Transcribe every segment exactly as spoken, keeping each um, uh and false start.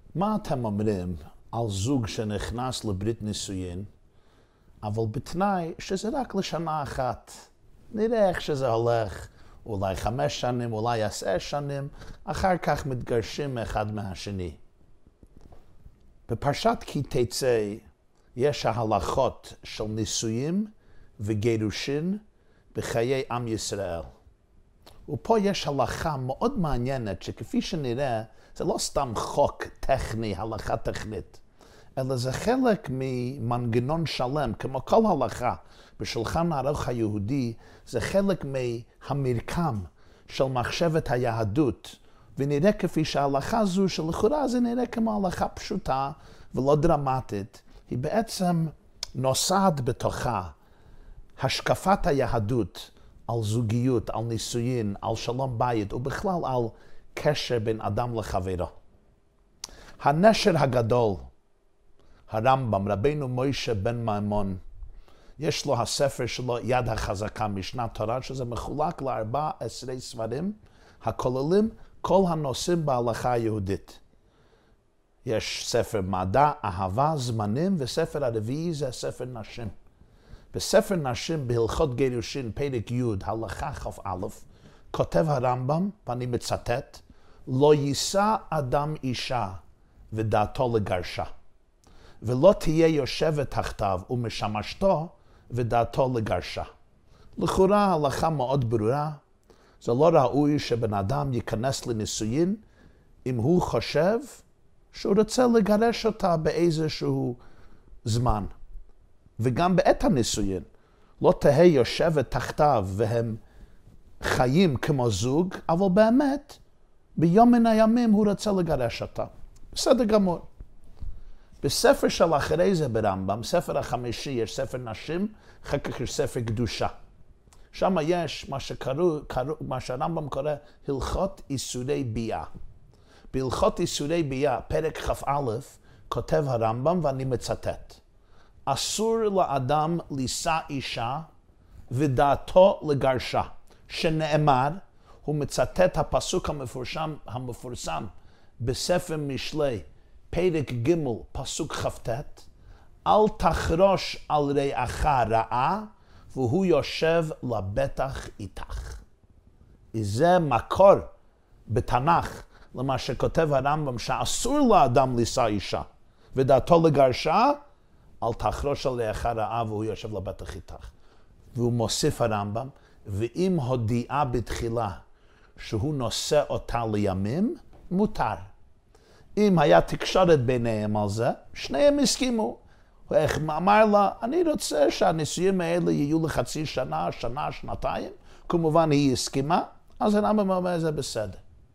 מה אתם אומרים על זוג שנכנס לברית נישואין, אבל בתנאי שזה רק לשנה אחת? נראה איך שזה הולך, אולי חמש שנים, אולי עשר שנים, אחר כך מתגרשים אחד מהשני. בפרשת כי תצא יש ההלכות של נישואים וגירושין בחיי עם ישראל. ופה יש הלכה מאוד מעניינת, שכפי שנראה, זה לא סתם חוק טכני, הלכה טכנית, אלא זה חלק ממנגנון שלם, כמו כל הלכה בשולחן ערוך היהודי, זה חלק מהמרקם של מחשבת היהדות, ונראה כפי שההלכה זו, שלכאורה זה נראה כמו הלכה פשוטה ולא דרמטית, היא בעצם נוסעת בתוכה השקפת היהדות על זוגיות, על נישואין, על שלום בית, ובכלל על קשר בין אדם לחברו. הנשר הגדול, הרמב"ם, רבינו מוישה בן מימון, יש לו הספר שלו, יד החזקה, משנת תורה, שזה מחולק לארבע עשרה ספרים, הכוללים כל הנושאים בהלכה היהודית. יש ספר מדע, אהבה, זמנים, וספר הרביעי זה ספר נשים. בספר נשים, בהלכות גירושין, פרק י', הלכה כ"א, כותב הרמב"ם, ואני מצטט, לא יישא אדם אישה ודעתו לגרשה, ולא תהיה יושבת תחתיו ומשמשתו ודעתו לגרשה. לכאורה הלכה מאוד ברורה, זה לא ראוי שבן אדם ייכנס לנישואין אם הוא חושב שהוא רוצה לגרש אותה באיזשהו זמן. וגם בעת הנישואין, לא תהיה יושבת תחתיו והם חיים כמו זוג, אבל באמת, ביום מן הימים הוא רוצה לגרש אותה. בסדר גמור. בספר של אחרי זה ברמב"ם, ספר החמישי, יש ספר נשים, אחר כך יש ספר קדושה. שם יש מה שקראו, קראו, מה שהרמב"ם קורא הלכות איסורי ביאה. בהלכות איסורי ביאה, פרק כ"א, כותב הרמב"ם, ואני מצטט, אסור לאדם לישא אישה ודעתו לגרשה, שנאמר, הוא מצטט הפסוק המפורסם, המפורסם בספר משלי, פרק ג' פסוק כ"ט, אל תחרוש על רעך רעה, והוא יושב לבטח איתך. זה מקור בתנ"ך למה שכותב הרמב"ם, שאסור לאדם לישא אישה ודעתו לגרשה, אל תחרוש על רעך רעה והוא יושב לבטח איתך. והוא מוסיף הרמב"ם, ואם הודיעה בתחילה שהוא נושא אותה לימים, מותר. אם היה תקשורת ביניהם על זה, שניהם הסכימו. איך אמר לה, אני רוצה שהנישואים האלה יהיו לחצי שנה, שנה, שנתיים. כמובן היא הסכימה, אז הרמב"ם אומר זה בסדר.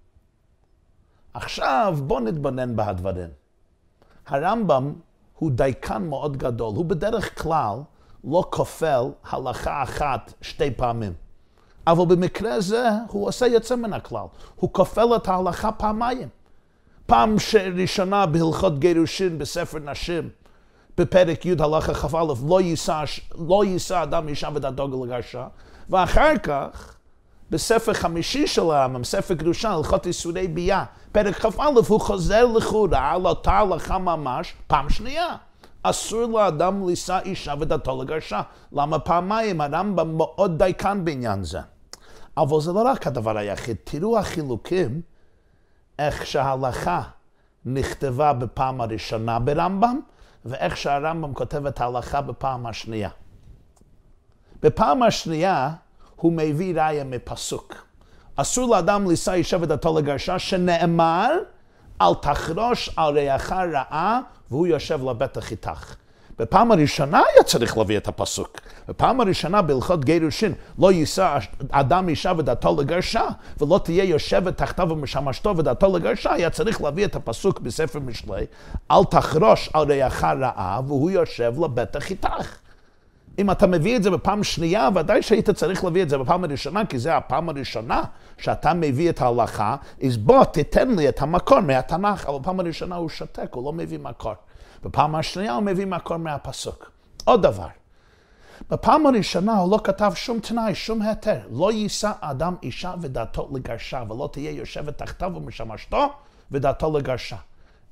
עכשיו בוא נתבונן בהדברים. הרמב"ם הוא דייקן מאוד גדול, הוא בדרך כלל לא כופל הלכה אחת שתי פעמים. אבל במקרה זה הוא עושה יוצא מן הכלל. הוא כופל את ההלכה פעמיים. פעם ראשונה בהלכות גירושין בספר נשים, בפרק י' הלכה כ"א, לא יישא, לא יישא אדם אישה ודעתו לגרשה, ואחר כך בספר חמישי של הרמב"ם, ספר קדושה, הלכות איסורי ביאה, פרק כ"א, הוא חוזר לכאורה על אותה הלכה ממש פעם שנייה. אסור לאדם לישא אישה ודעתו לגרשה. למה פעמיים? הרמב"ם מאוד דייקן בעניין זה. אבל זה לא רק הדבר היחיד. תראו החילוקים, איך שההלכה נכתבה בפעם הראשונה ברמב"ם, ואיך שהרמב"ם כותב את ההלכה בפעם השנייה. בפעם השנייה הוא מביא ראיה מפסוק. אסור לאדם לישא אישה ודעתו לגרשה, שנאמר, אל תחרוש על רעך רעה, והוא יושב לבטח איתך. בפעם הראשונה היה צריך להביא את הפסוק. בפעם הראשונה בהלכות גירושין, לא יישא אדם אישה ודעתו לגרשה, ולא תהיה יושבת תחתיו ומשמשתו ודעתו לגרשה, היה צריך להביא את הפסוק בספר משלי, אל תחרוש על רעך רעה, והוא יושב לבטח איתך. אם אתה מביא את זה בפעם שנייה, ודאי שהיית צריך להביא את זה בפעם הראשונה, כי זה הפעם הראשונה שאתה מביא את ההלכה, אז בוא תתן לי את המקור מהתנ"ך, אבל בפעם הראשונה הוא שתק, הוא לא מביא מקור. בפעם השנייה הוא מביא מקור מהפסוק. עוד דבר, בפעם הראשונה הוא לא כתב שום תנאי, שום היתר. לא יישא אדם אישה ודעתו לגרשה, ולא תהיה יושבת תחתיו ומשמשתו ודעתו לגרשה.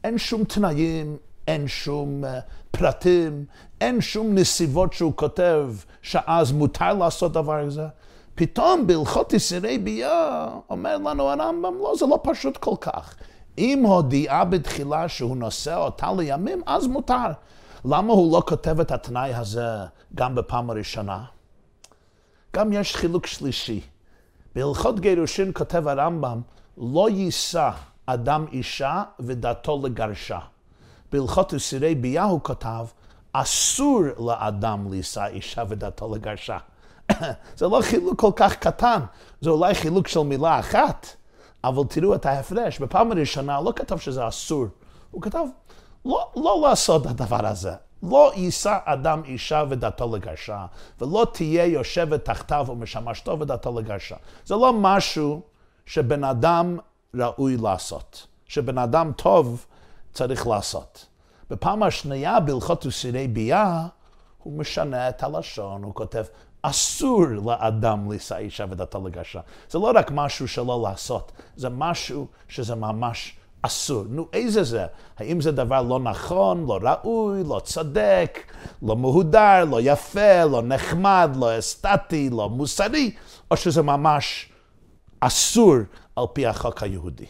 אין שום תנאים, אין שום uh, פרטים, אין שום נסיבות שהוא כותב שאז מותר לעשות דבר כזה. פתאום בהלכות איסורי ביאה אומר לנו הרמב"ם, לא, זה לא פשוט כל כך. אם הודיעה בתחילה שהוא נושא אותה לימים, אז מותר. למה הוא לא כותב את התנאי הזה גם בפעם הראשונה? גם יש חילוק שלישי. בהלכות גירושין כותב הרמב"ם, לא יישא אדם אישה ודתו לגרשה. בהלכות איסורי ביאה הוא כותב, אסור לאדם לישא אישה ודתו לגרשה. זה לא חילוק כל כך קטן, זה אולי חילוק של מילה אחת, אבל תראו את ההפרש. בפעם הראשונה לא כתב שזה אסור, הוא כתב לא, לא לעשות את הדבר הזה. לא יישא אדם אישה ודתו לגרשה, ולא תהיה יושבת תחתיו ומשמשתו ודתו לגרשה. זה לא משהו שבן אדם ראוי לעשות, שבן אדם טוב צריך לעשות. בפעם השנייה בהלכות איסורי ביאה, הוא משנה את הלשון, הוא כותב, אסור לאדם לישא אישה ודתו לגרשה. זה לא רק משהו שלא לעשות, זה משהו שזה ממש אסור. נו, איזה זה? האם זה דבר לא נכון, לא ראוי, לא צודק, לא מהודר, לא יפה, לא נחמד, לא אסתטי, לא מוסרי, או שזה ממש אסור על פי החוק היהודי?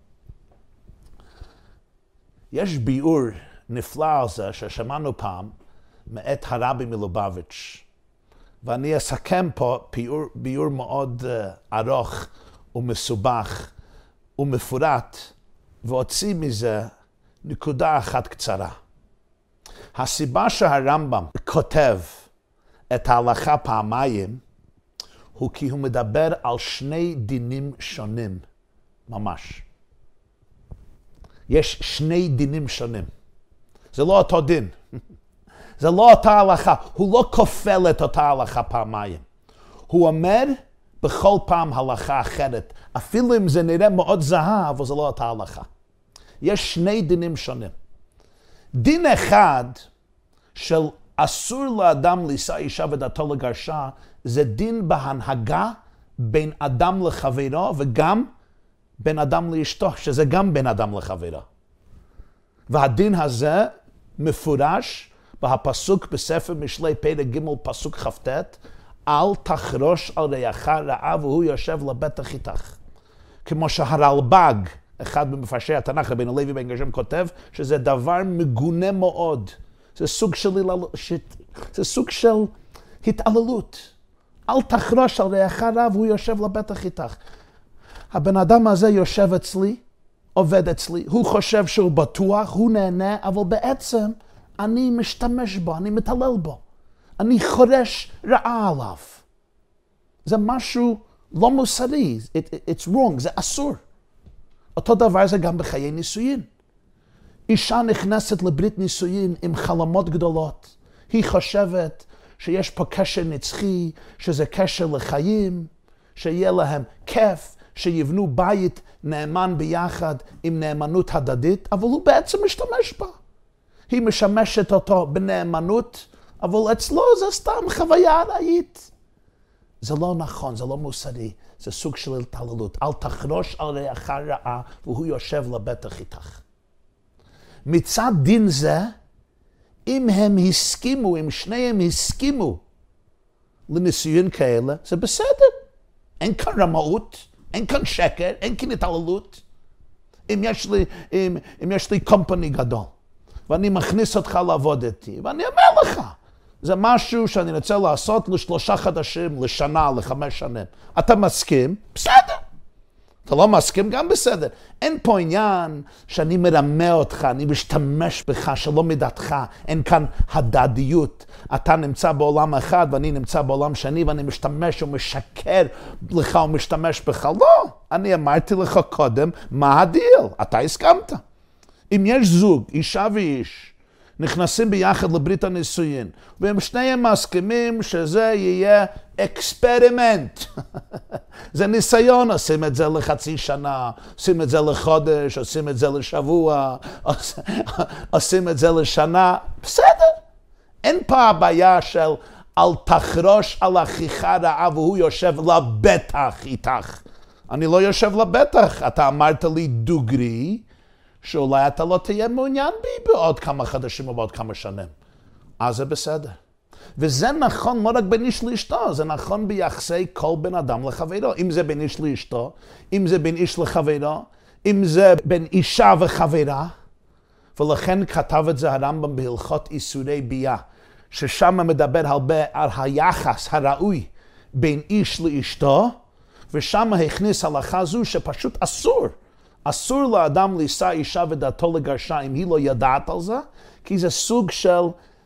יש ביאור נפלא על זה ששמענו פעם מאת הרבי מלובביץ', ואני אסכם פה ביאור, ביאור מאוד uh, ארוך ומסובך ומפורט, והוציא מזה נקודה אחת קצרה. הסיבה שהרמב"ם כותב את ההלכה פעמיים, הוא כי הוא מדבר על שני דינים שונים, ממש. יש שני דינים שונים. זה לא אותו דין. זה לא אותה הלכה. הוא לא כופל את אותה הלכה פעמיים. הוא אומר בכל פעם הלכה אחרת. אפילו אם זה נראה מאוד זהה, אבל זה לא אותה הלכה. יש שני דינים שונים. דין אחד של אסור לאדם לישא אישה ודתו לגרשה, זה דין בהנהגה בין אדם לחברו וגם בין אדם לאשתו, שזה גם בין אדם לחברו. והדין הזה מפורש בהפסוק בספר משלי פרק ג' פסוק כ"ט, אל תחרוש על רעך רעה והוא יושב לבטח איתך. כמו שהרלב"ג, אחד במפרשי התנ"ך, רבינו לוי בן גרשום, כותב שזה דבר מגונה מאוד. זה סוג של, זה סוג של התעללות. אל תחרוש על רעך רע והוא יושב לבטח איתך. הבן אדם הזה יושב אצלי, עובד אצלי, הוא חושב שהוא בטוח, הוא נהנה, אבל בעצם אני משתמש בו, אני מתעלל בו. אני חורש רעה עליו. זה משהו לא מוסרי, it, it's wrong, זה אסור. אותו דבר זה גם בחיי נישואין. אישה נכנסת לברית נישואין עם חלומות גדולות. היא חושבת שיש פה קשר נצחי, שזה קשר לחיים, שיהיה להם כיף, שיבנו בית נאמן ביחד עם נאמנות הדדית, אבל הוא בעצם משתמש בה. היא משמשת אותו בנאמנות, אבל אצלו זה סתם חוויה ארעית. זה לא נכון, זה לא מוסרי, זה סוג של התעללות. אל תחרוש על רעך רעה והוא יושב לבטח איתך. מצד דין זה, אם הם הסכימו, אם שניהם הסכימו לנישואין כאלה, זה בסדר. אין כאן רמאות, אין כאן שקר, אין כאן התעללות. אם יש לי, אם, אם יש לי קומפני גדול, ואני מכניס אותך לעבוד איתי, ואני אומר לך, זה משהו שאני רוצה לעשות לשלושה חדשים, לשנה, לחמש שנים. אתה מסכים? בסדר. אתה לא מסכים? גם בסדר. אין פה עניין שאני מרמה אותך, אני משתמש בך, שלא מדעתך. אין כאן הדדיות. אתה נמצא בעולם אחד ואני נמצא בעולם שני, ואני משתמש ומשקר לך ומשתמש בך. לא, אני אמרתי לך קודם, מה הדיל? אתה הסכמת. אם יש זוג, אישה ואיש, נכנסים ביחד לברית הנישואין, והם שניהם מסכימים שזה יהיה אקספרימנט. זה ניסיון, עושים את זה לחצי שנה, עושים את זה לחודש, עושים את זה לשבוע, עושים את זה לשנה, בסדר. אין פה הבעיה של אל תחרוש על אחיך רעה והוא יושב לבטח איתך. אני לא יושב לבטח, אתה אמרת לי דוגרי, שאולי אתה לא תהיה מעוניין בי בעוד כמה חודשים או בעוד כמה שנים. אז זה בסדר. וזה נכון לא רק בין איש לאשתו, זה נכון ביחסי כל בן אדם לחברו. אם זה בין איש לאשתו, אם זה בין איש לחברו, אם זה בין אישה וחברה, ולכן כתב את זה הרמב"ם בהלכות איסורי ביאה, ששם מדבר הרבה על היחס הראוי בין איש לאשתו, ושם הכניס הלכה זו שפשוט אסור, אסור לאדם לישא אישה ודעתו לגרשה אם היא לא ידעת על זה, כי זה סוג של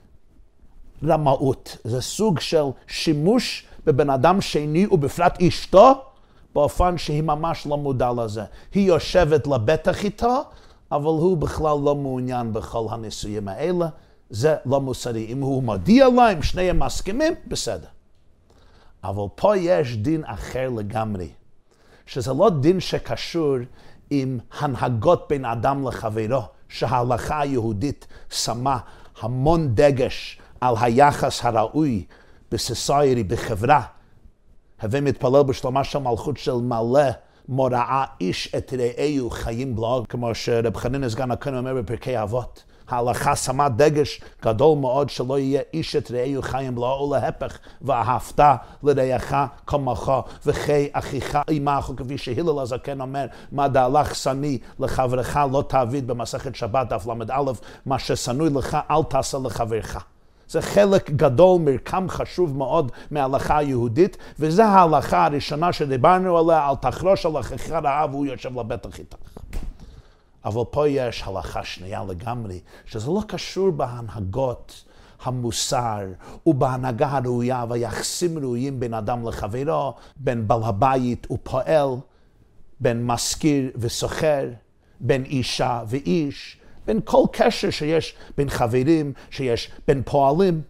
רמאות, זה סוג של שימוש בבן אדם שני ובפרט אשתו, באופן שהיא ממש לא מודע לזה. היא יושבת לבטח איתו, אבל הוא בכלל לא מעוניין בכל הניסויים האלה, זה לא מוסרי. אם הוא מודיע לה, אם שניהם מסכימים, בסדר. אבל פה יש דין אחר לגמרי, שזה לא דין שקשור עם הנהגות בין אדם לחברו, שההלכה היהודית שמה המון דגש על היחס הראוי בסוסייטי, בחברה. הווה מתפלל בשלומה של מלכות של מלא מוראה איש את רעהו חיים בלעו, כמו שרב חנינא סגן הכהן אומר בפרקי אבות. ההלכה שמה דגש גדול מאוד שלא יהיה איש את רעהו חיים בלעו, ולהפך, ואהבת לרעך כמוך וכי אחיך עמך, כפי שהלל הזקן אומר, מה דהלך שניא לחברך לא תעביד במסכת שבת דף ל"א, מה ששנוא לך אל תעשה לחברך. זה חלק גדול, מרקם חשוב מאוד מההלכה היהודית, וזו ההלכה הראשונה שדיברנו עליה, אל תחרוש על אחיך רעה והוא יושב לבטח איתך. אבל פה יש הלכה שנייה לגמרי, שזה לא קשור בהנהגות המוסר ובהנהגה הראויה והיחסים ראויים בין אדם לחברו, בין בעל הבית ופועל, בין מזכיר וסוחר, בין אישה ואיש, בין כל קשר שיש בין חברים, שיש בין פועלים.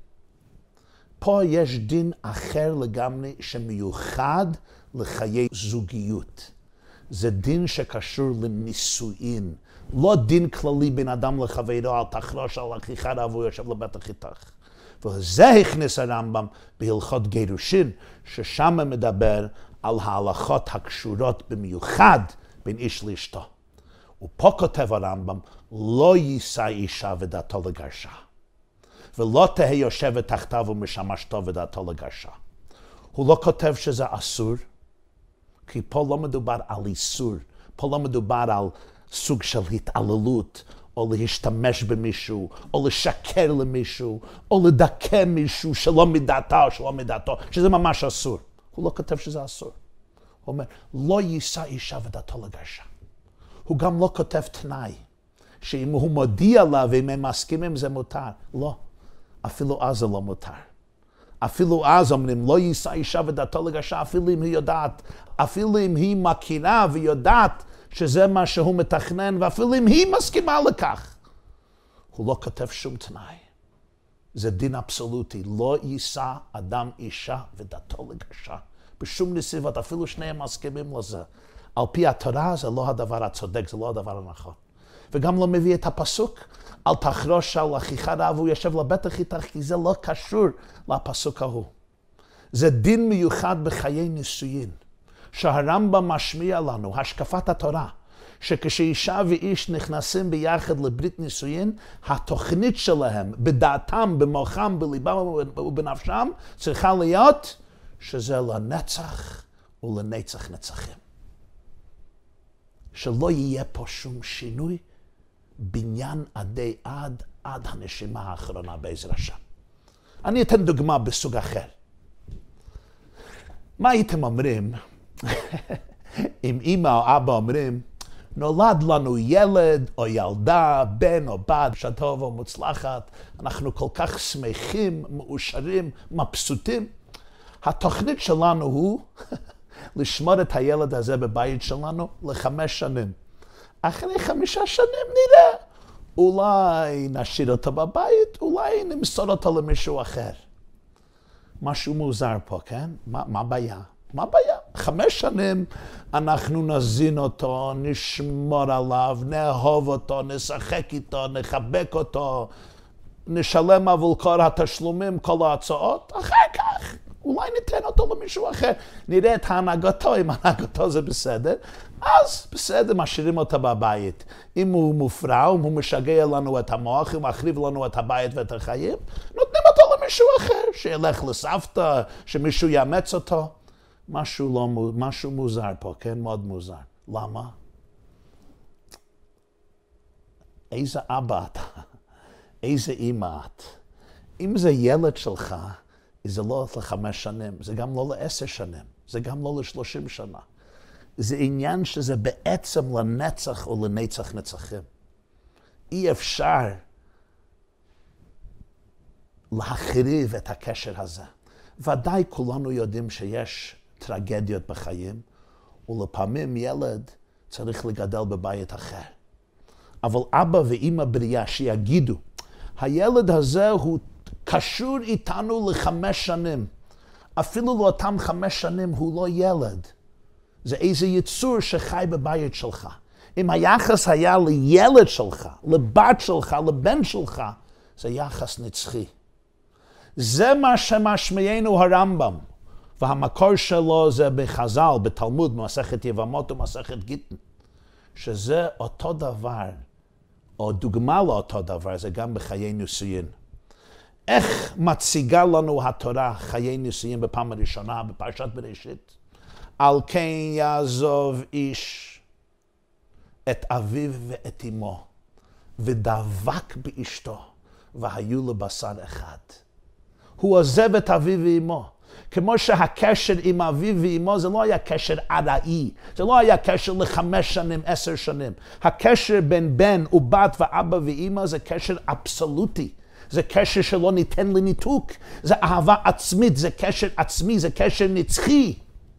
פה יש דין אחר לגמרי שמיוחד לחיי זוגיות. זה דין שקשור לנישואין, לא דין כללי בין אדם לחברו, אל תחרוש על אחיך רעה והוא יושב לבטח איתך. וזה הכניס הרמב"ם בהלכות גירושין, ששם מדבר על ההלכות הקשורות במיוחד בין איש לאשתו. ופה כותב הרמב"ם, לא יישא אישה ודעתו לגרשה, ולא תהא יושבת תחתיו ומשמשתו ודעתו לגרשה. הוא לא כותב שזה אסור, כי פה לא מדובר על איסור, פה לא מדובר על סוג של התעללות, או להשתמש במישהו, או לשקר למישהו, או לדכא מישהו שלא מדעתה או שלא מדעתו, שזה ממש אסור. הוא לא כותב שזה אסור. הוא אומר, לא יישא אישה ודעתו לגרשה. הוא גם לא כותב תנאי, שאם הוא מודיע לה ואם הם מסכימים זה מותר. לא, אפילו אז זה לא מותר. אפילו אז אומרים, לא יישא אישה ודעתו לגרשה, אפילו אם היא יודעת, אפילו אם היא מכירה ויודעת שזה מה שהוא מתכנן, ואפילו אם היא מסכימה לכך. הוא לא כותב שום תנאי. זה דין אבסולוטי, לא יישא אדם אישה ודעתו לגרשה. בשום נסיבות, אפילו שניהם מסכימים לזה. על פי התורה זה לא הדבר הצודק, זה לא הדבר הנכון. וגם לא מביא את הפסוק, אל תחרוש על אחיך רעה והוא יושב לבטח איתך, כי זה לא קשור לפסוק ההוא. זה דין מיוחד בחיי נישואין, שהרמב"ם משמיע לנו, השקפת התורה, שכשאישה ואיש נכנסים ביחד לברית נישואין, התוכנית שלהם, בדעתם, במוחם, בליבם ובנפשם, צריכה להיות שזה לנצח ולנצח נצחים. שלא יהיה פה שום שינוי, בניין עדי עד, עד הנשימה האחרונה בעזר השם. אני אתן דוגמה בסוג אחר. מה הייתם אומרים, אם אמא או אבא אומרים, נולד לנו ילד או ילדה, בן או בת, שטוב או מוצלחת, אנחנו כל כך שמחים, מאושרים, מבסוטים. התוכנית שלנו הוא לשמור את הילד הזה בבית שלנו לחמש שנים. אחרי חמישה שנים נראה, אולי נשאיר אותו בבית, אולי נמסור אותו למישהו אחר. משהו מוזר פה, כן? מה, מה הבעיה? מה הבעיה? חמש שנים אנחנו נזין אותו, נשמור עליו, נאהוב אותו, נשחק איתו, נחבק אותו, נשלם עבור כל התשלומים, כל ההצעות. אחר כך אולי ניתן אותו למישהו אחר. נראה את הנהגתו, אם הנהגתו זה בסדר, אז בסדר, משאירים אותה בבית. אם הוא מופרע, אם הוא משגע לנו את המוח, אם הוא מחריב לנו את הבית ואת החיים, נותנים אותו למישהו אחר, שילך לסבתא, שמישהו יאמץ אותו. משהו, לא, משהו מוזר פה, כן? מאוד מוזר. למה? איזה אבא אתה? איזה אמא את? אם זה ילד שלך, זה לא לחמש שנים, זה גם לא לעשר שנים, זה גם לא לשלושים שנה. זה עניין שזה בעצם לנצח או לנצח נצחים. אי אפשר להחריב את הקשר הזה. ודאי כולנו יודעים שיש טרגדיות בחיים, ולפעמים ילד צריך לגדל בבית אחר. אבל אבא ואמא בריאה שיגידו, הילד הזה הוא קשור איתנו לחמש שנים. אפילו לאותם חמש שנים הוא לא ילד. זה איזה יצור שחי בבית שלך. אם היחס היה לילד שלך, לבת שלך, לבן שלך, זה יחס נצחי. זה מה שמשמיענו הרמב"ם, והמקור שלו זה בחז"ל, בתלמוד, במסכת יבמות ומסכת גיטין, שזה אותו דבר, או דוגמה לאותו דבר, זה גם בחיי נישואין. איך מציגה לנו התורה חיי נישואין בפעם הראשונה, בפרשת בראשית? על כן יעזוב איש את אביו ואת אמו, ודבק באשתו, והיו לבשר אחד. הוא עוזב את אביו ואמו. כמו שהקשר עם אביו ואמו זה לא היה קשר ארעי, זה לא היה קשר לחמש שנים, עשר שנים. הקשר בין בן ובת ואבא ואמא זה קשר אבסולוטי. זה קשר שלא ניתן לניתוק. זה אהבה עצמית, זה קשר עצמי, זה קשר נצחי.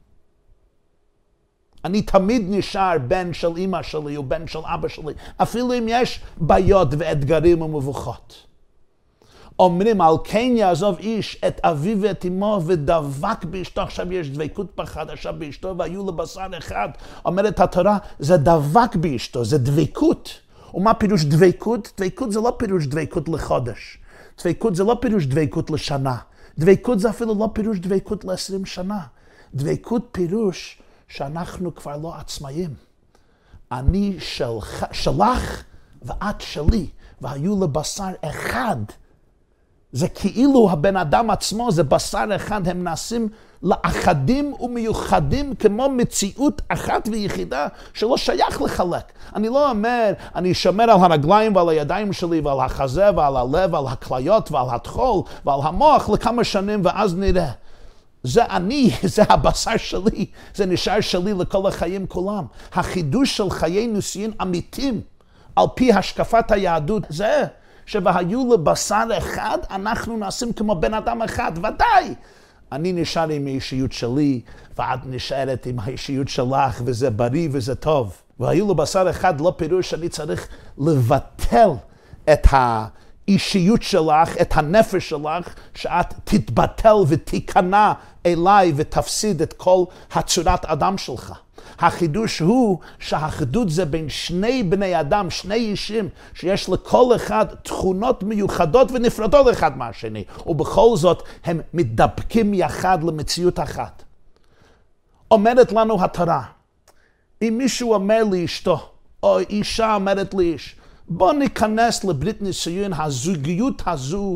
אני תמיד נשאר בן של אמא שלי או בן של אבא שלי, אפילו אם יש בעיות ואתגרים ומבוכות. אומרים, על כן יעזוב איש את אביו ואת אמו ודבק באשתו. עכשיו יש דבקות בחדשה באשתו והיו לבשר אחד. אומרת התורה, זה דבק באשתו, זה דבקות. ומה פירוש דבקות? דבקות זה לא פירוש דבקות לחודש. דבקות זה לא פירוש דבקות לשנה. דבקות זה אפילו לא פירוש דבקות לעשרים שנה. דבקות פירוש שאנחנו כבר לא עצמאים. אני שלך, שלך ואת שלי, והיו לבשר אחד. זה כאילו הבן אדם עצמו, זה בשר אחד, הם נעשים לאחדים ומיוחדים כמו מציאות אחת ויחידה שלא שייך לחלק. אני לא אומר, אני שומר על הרגליים ועל הידיים שלי ועל החזה ועל הלב ועל הכליות ועל הטחול ועל המוח לכמה שנים ואז נראה. זה אני, זה הבשר שלי, זה נשאר שלי לכל החיים כולם. החידוש של חיי נישואין אמיתיים על פי השקפת היהדות זה שהיו לבשר אחד, אנחנו נעשים כמו בן אדם אחד, ודאי. אני נשאר עם האישיות שלי, ואת נשארת עם האישיות שלך, וזה בריא וזה טוב. והיו לבשר אחד לא פירוש שאני צריך לבטל את האישיות שלך, את הנפש שלך, שאת תתבטל ותיכנע אליי ותפסיד את כל הצורת אדם שלך. החידוש הוא שהאחדות זה בין שני בני אדם, שני אישים, שיש לכל אחד תכונות מיוחדות ונפרדות אחד מהשני, ובכל זאת הם מתדבקים יחד למציאות אחת. אומרת לנו התורה, אם מישהו אומר לאשתו, או אישה אומרת לאיש, בוא ניכנס לברית נישואין, הזוגיות הזו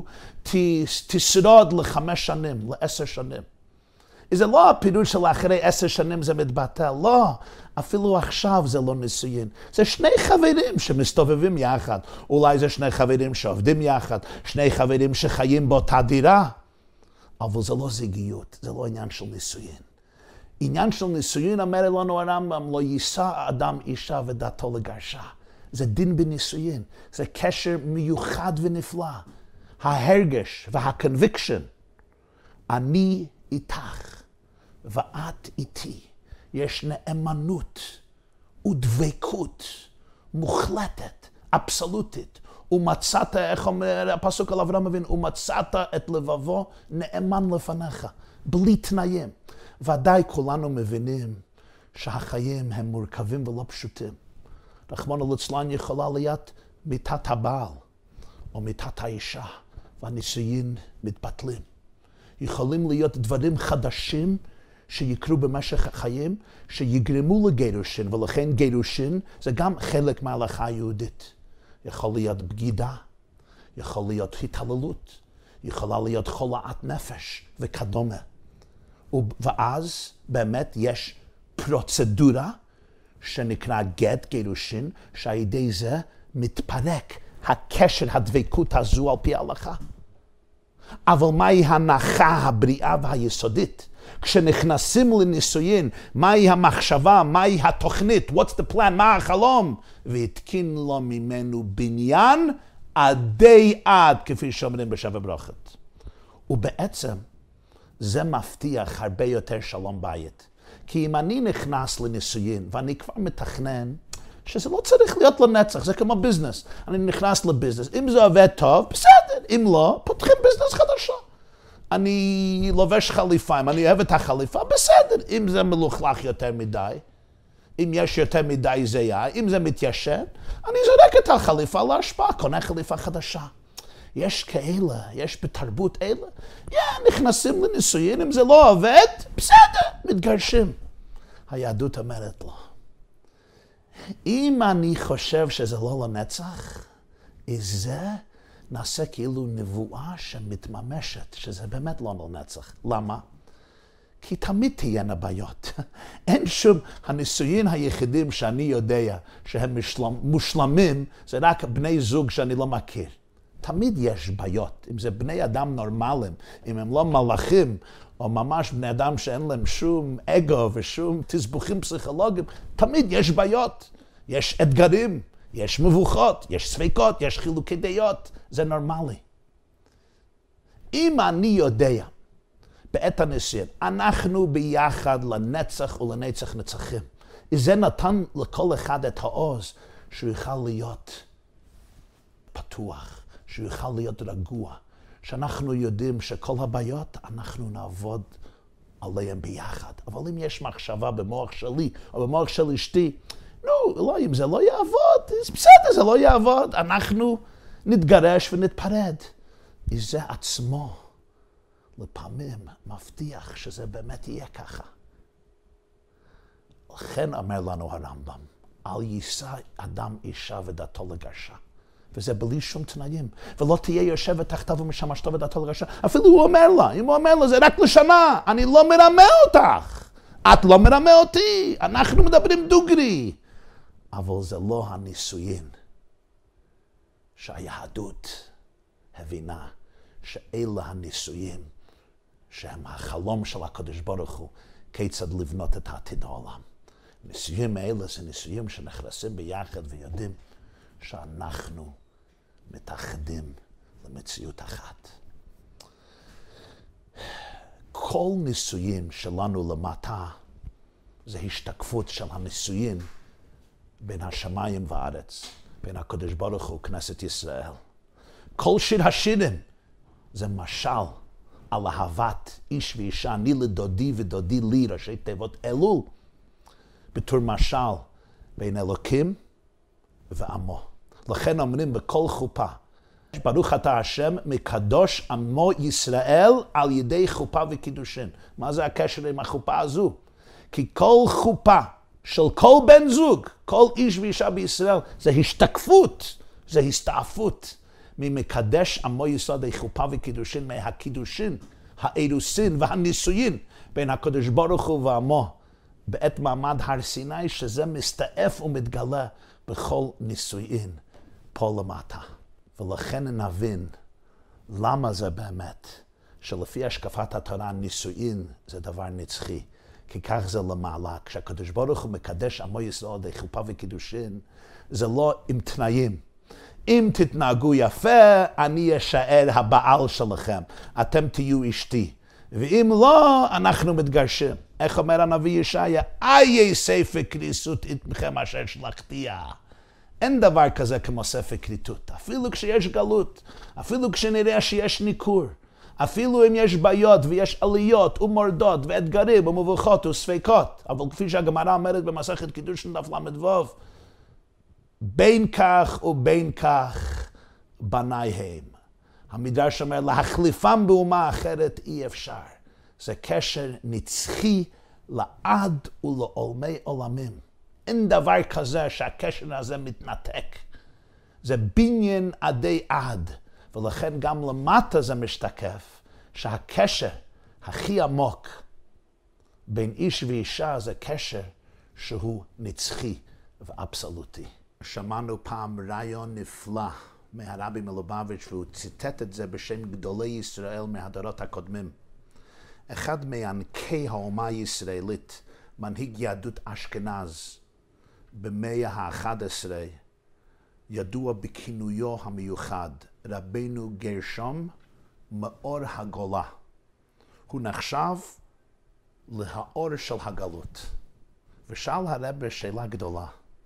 תשרוד לחמש שנים, לעשר שנים. זה לא הפירוש של אחרי עשר שנים זה מתבטל, לא. אפילו עכשיו זה לא נישואין. זה שני חברים שמסתובבים יחד. אולי זה שני חברים שעובדים יחד, שני חברים שחיים באותה דירה. אבל זה לא זוגיות, זה לא עניין של נישואין. עניין של נישואין אומר לנו הרמב"ם, לא יישא אדם אישה ודתו לגרשה. זה דין בנישואין. זה קשר מיוחד ונפלא. ההרגש והקונביקשן. אני איתך. ואת איתי. יש נאמנות ודבקות מוחלטת, אבסולוטית. ומצאת, איך אומר הפסוק על אברהם אבינו, ומצאת את לבבו נאמן לפניך, בלי תנאים. ודאי כולנו מבינים שהחיים הם מורכבים ולא פשוטים. רחמנא ליצלן יכולה להיות מיתת הבעל או מיתת האישה, והנישואין מתבטלים. יכולים להיות דברים חדשים שיקרו במשך החיים, שיגרמו לגירושין, ולכן גירושין זה גם חלק מההלכה היהודית. יכול להיות בגידה, יכול להיות התעללות, יכולה להיות חולת נפש וכדומה. ואז באמת יש פרוצדורה שנקרא גט, גירושין, שעל ידי זה מתפרק הקשר, הדבקות הזו על פי ההלכה. אבל מהי ההנחה הבריאה והיסודית? כשנכנסים לנישואין, מהי המחשבה, מהי התוכנית, what's the plan, מה החלום? והתקין לו ממנו בניין עדי עד, כפי שאומרים בשבע ברכות. ובעצם זה מבטיח הרבה יותר שלום בית. כי אם אני נכנס לנישואין ואני כבר מתכנן, שזה לא צריך להיות לנצח, זה כמו ביזנס. אני נכנס לביזנס, אם זה עובד טוב, בסדר, אם לא, פותחים ביזנס חדשה. אני לובש חליפה, אם אני אוהב את החליפה, בסדר, אם זה מלוכלך יותר מדי, אם יש יותר מדי זיעה, אם זה מתיישן, אני זורק את החליפה להשפעה, קונה חליפה חדשה. יש כאלה, יש בתרבות אלה, yeah, נכנסים לנישואין, אם זה לא עובד, בסדר, מתגרשים. היהדות אומרת לו, אם אני חושב שזה לא לנצח, זה נעשה כאילו נבואה שמתממשת, שזה באמת לא לנצח. למה? כי תמיד תהיינה בעיות. אין שום, הנישואין היחידים שאני יודע שהם משלם, מושלמים, זה רק בני זוג שאני לא מכיר. תמיד יש בעיות. אם זה בני אדם נורמליים, אם הם לא מלאכים, או ממש בני אדם שאין להם שום אגו ושום תסבוכים פסיכולוגיים, תמיד יש בעיות. יש אתגרים, יש מבוכות, יש ספקות, יש חילוקי דעות. זה נורמלי. אם אני יודע, בעת הנישואין, אנחנו ביחד לנצח ולנצח נצחים. זה נתן לכל אחד את העוז שהוא יוכל להיות פתוח, שהוא יוכל להיות רגוע, שאנחנו יודעים שכל הבעיות אנחנו נעבוד עליהם ביחד. אבל אם יש מחשבה במוח שלי או במוח של אשתי, נו, לא, אם זה לא יעבוד, בסדר, זה לא יעבוד, אנחנו נתגרש ונתפרד. זה עצמו לפעמים מבטיח שזה באמת יהיה ככה. לכן אומר לנו הרמב"ם, אל יישא אדם אישה ודתו לגרשה. וזה בלי שום תנאים. ולא תהיה יושבת תחתיו ומשמשתו ודתו לגרשה. אפילו הוא אומר לה, אם הוא אומר לה, זה רק לשנה, אני לא מרמה אותך. את לא מרמה אותי, אנחנו מדברים דוגרי. אבל זה לא הנישואין שהיהדות הבינה שאלה הנישואין שהם החלום של הקדוש ברוך הוא כיצד לבנות את העתיד העולם. נישואין האלה זה נישואין שנחרסים ביחד ויודעים שאנחנו מתאחדים למציאות אחת. כל נישואין שלנו למטה זה השתקפות של הנישואין בין השמיים והארץ, בין הקדוש ברוך הוא וכנסת ישראל. כל שיר השירים זה משל על אהבת איש ואישה, אני לדודי ודודי לי, ראשי תיבות אלול, בתור משל בין אלוקים ועמו. לכן אומרים בכל חופה, ברוך אתה השם מקדוש עמו ישראל על ידי חופה וקידושין. מה זה הקשר עם החופה הזו? כי כל חופה של כל בן זוג, כל איש ואישה בישראל, זה השתקפות, זה הסתעפות ממקדש עמו ישראל די חופה וקידושין, מהקידושין, האירוסין והנישואין בין הקדוש ברוך הוא ועמו בעת מעמד הר סיני, שזה מסתעף ומתגלה בכל נישואין פה למטה. ולכן נבין למה זה באמת שלפי השקפת התורה נישואין זה דבר נצחי. כי כך זה למעלה. כשהקדוש ברוך הוא מקדש עמו ישראל די חופה וקידושין, זה לא עם תנאים. אם תתנהגו יפה, אני אשאר הבעל שלכם. אתם תהיו אשתי. ואם לא, אנחנו מתגרשים. איך אומר הנביא ישעיה? איי ספר כריתות איתכם אשר שלחתיה. אין דבר כזה כמו ספר כריתות. אפילו כשיש גלות, אפילו כשנראה שיש ניכור, אפילו אם יש בעיות ויש עליות ומורדות ואתגרים ומבוכות וספקות, אבל כפי שהגמרא אומרת במסכת קידושין דף ל"ו, בין כך ובין כך בניי הם. המדרש אומר, להחליפם באומה אחרת אי אפשר. זה קשר נצחי לעד ולעולמי עולמים. אין דבר כזה שהקשר הזה מתנתק. זה בניין עדי עד, ולכן גם למטה זה משתקף, שהקשר הכי עמוק בין איש ואישה זה קשר שהוא נצחי ואבסולוטי. שמענו פעם רעיון נפלא מהרבי מלובביץ' והוא ציטט את זה בשם גדולי ישראל מהדורות הקודמים. אחד מענקי האומה הישראלית, מנהיג יהדות אשכנז במאה ה-אחת עשרה, ידוע בכינויו המיוחד, רבנו גרשום מאור הגולה. הוא נחשב להאור של הגלות. ושאל הרב שאלה גדולה,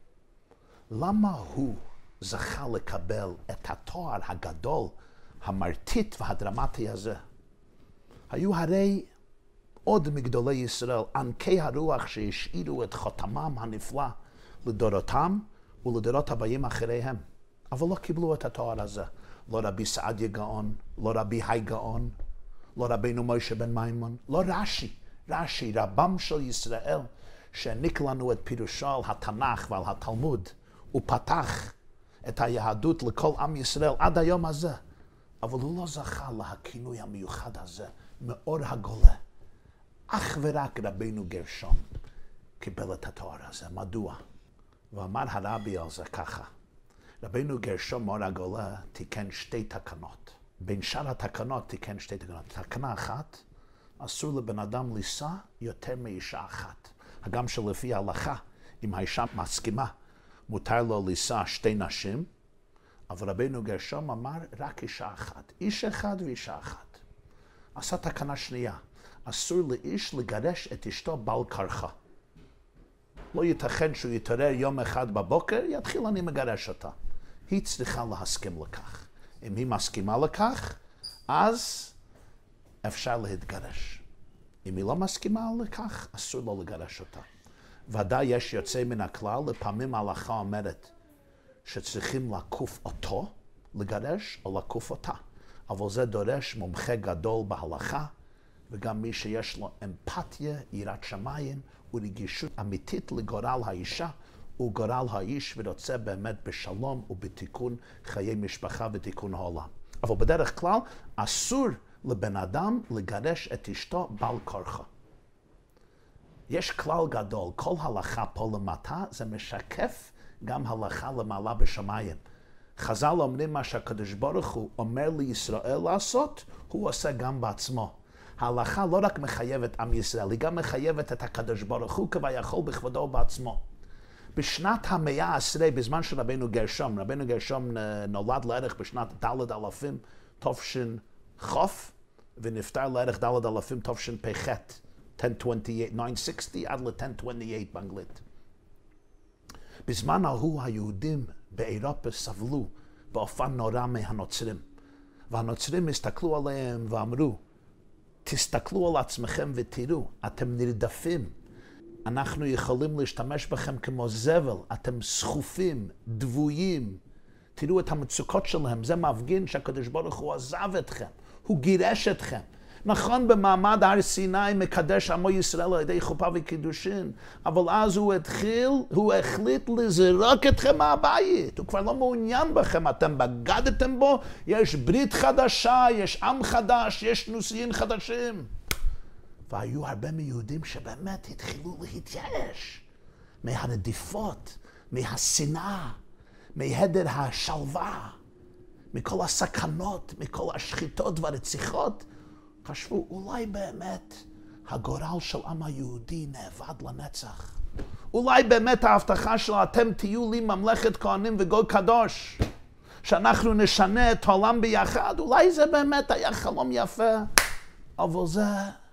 למה הוא זכה לקבל את התואר הגדול, המרטיט והדרמטי הזה? היו הרי עוד מגדולי ישראל, ענקי הרוח שהשאירו את חותמם הנפלא לדורותם ולדורות הבאים אחריהם. אבל לא קיבלו את התואר הזה. לא רבי סעדיה גאון, לא רבי היי גאון, לא רבינו מוישה בן מימון, לא רש"י. רש"י, רבם של ישראל, שהעניק לנו את פירושו על התנ"ך ועל התלמוד, הוא פתח את היהדות לכל עם ישראל עד היום הזה. אבל הוא לא זכה לכינוי המיוחד הזה, מאור הגולה. אך ורק רבינו גרשום קיבל את התואר הזה. מדוע? ואמר הרבי על זה ככה, רבינו גרשום מאור הגולה תיקן שתי תקנות. בין שאר התקנות תיקן שתי תקנות. תקנה אחת, אסור לבן אדם לישא יותר מאישה אחת. הגם שלפי ההלכה, אם האישה מסכימה, מותר לו לישא שתי נשים, אבל רבינו גרשום אמר רק אישה אחת. איש אחד ואישה אחת. עשה תקנה שנייה, אסור לאיש לגרש את אשתו בעל כרחה. לא ייתכן שהוא יתעורר יום אחד בבוקר, יתחיל אני מגרש אותה. היא צריכה להסכים לכך. אם היא מסכימה לכך, אז אפשר להתגרש. אם היא לא מסכימה לכך, אסור לו לגרש אותה. ודאי יש יוצא מן הכלל, לפעמים ההלכה אומרת שצריכים לקוף אותו, לגרש או לקוף אותה. אבל זה דורש מומחה גדול בהלכה, וגם מי שיש לו אמפתיה, יראת שמיים, ורגישות אמיתית לגורל האישה, וגורל האיש, ורוצה באמת בשלום ובתיקון חיי משפחה ותיקון העולם. אבל בדרך כלל, אסור לבן אדם לגרש את אשתו בעל כורחה. יש כלל גדול, כל הלכה פה למטה, זה משקף גם הלכה למעלה בשמיים. חז"ל אומרים מה שהקדוש ברוך הוא אומר לישראל לעשות, הוא עושה גם בעצמו. ההלכה לא רק מחייבת עם ישראל, היא גם מחייבת את הקדוש ברוך הוא כביכול בכבודו בעצמו. בשנת המאה העשרה, בזמן של רבינו גרשום, רבינו גרשום נולד לערך בשנת ד' אלפים תש"ח, ונפטר לערך ד' אלפים תשפ"ח, תשע ששים עד ל-תשע עשרים באנגלית. בזמן ההוא היהודים באירופה סבלו באופן נורא מהנוצרים, והנוצרים הסתכלו עליהם ואמרו, תסתכלו על עצמכם ותראו, אתם נרדפים, אנחנו יכולים להשתמש בכם כמו זבל, אתם סחופים, דבויים, תראו את המצוקות שלהם, זה מפגין שהקדוש ברוך הוא עזב אתכם, הוא גירש אתכם. נכון, במעמד הר סיני מקדש עמו ישראל על ידי חופה וקידושין, אבל אז הוא התחיל, הוא החליט לזרוק אתכם מהבית, הוא כבר לא מעוניין בכם, אתם בגדתם בו, יש ברית חדשה, יש עם חדש, יש נושאים חדשים. והיו הרבה מיהודים שבאמת התחילו להתייאש מהרדיפות, מהשנאה, מהיעדר השלווה, מכל הסכנות, מכל השחיטות והרציחות. חשבו, אולי באמת הגורל של עם היהודי נאבד לנצח. אולי באמת ההבטחה שלו, אתם תהיו לי ממלכת כהנים וגוי קדוש, שאנחנו נשנה את העולם ביחד. אולי זה באמת היה חלום יפה, אבל זה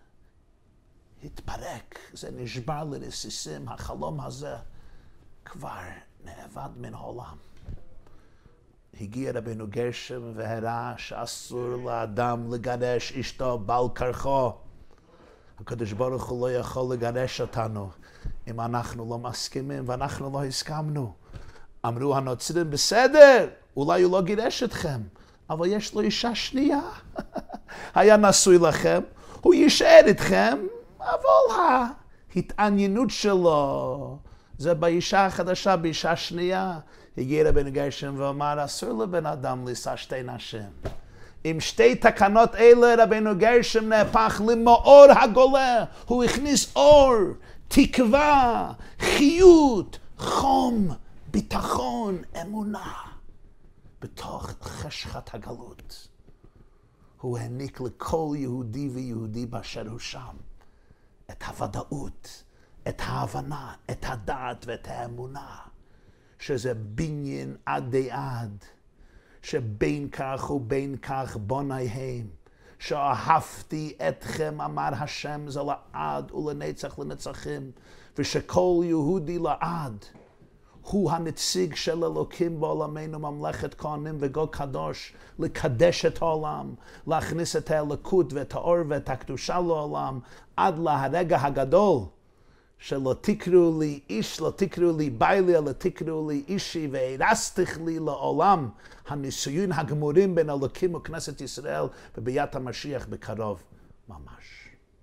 התפרק, זה נשבר לרסיסים, החלום הזה כבר נאבד מן העולם. הגיע רבינו גרשום והראה שאסור לאדם לגרש אשתו בעל כורחו. הקדוש ברוך הוא לא יכול לגרש אותנו אם אנחנו לא מסכימים ואנחנו לא הסכמנו. אמרו הנוצרים, בסדר, אולי הוא לא גירש אתכם, אבל יש לו אישה שנייה. היה נשוי לכם, הוא יישאר איתכם, אבל ההתעניינות שלו זה באישה החדשה, באישה שנייה. הגיע רבנו גרשם ואמר, אסור לבן אדם לשא שתי נשים. עם שתי תקנות אלה רבנו גרשם נהפך למאור הגולה. הוא הכניס אור, תקווה, חיות, חום, ביטחון, אמונה. בתוך חשכת הגלות. הוא העניק לכל יהודי ויהודי באשר הוא שם את הוודאות, את ההבנה, את הדעת ואת האמונה, שזה בניין עד די עד, שבין כך ובין כך בונייהם, שאהבתי אתכם, אמר השם, זה לעד ולנצח לנצחים, ושכל יהודי לעד הוא הנציג של אלוקים בעולמנו, ממלכת כהנים וגוי קדוש, לקדש את העולם, להכניס את האלוקות ואת האור ואת הקדושה לעולם, עד להרגע הגדול, שלא תקראו לי איש, לא תקראו לי ביילי, אלא תקראו לי אישי, והרסתך לי לעולם, הנישואים הגמורים בין אלוקים וכנסת ישראל, וביאת המשיח בקרוב ממש.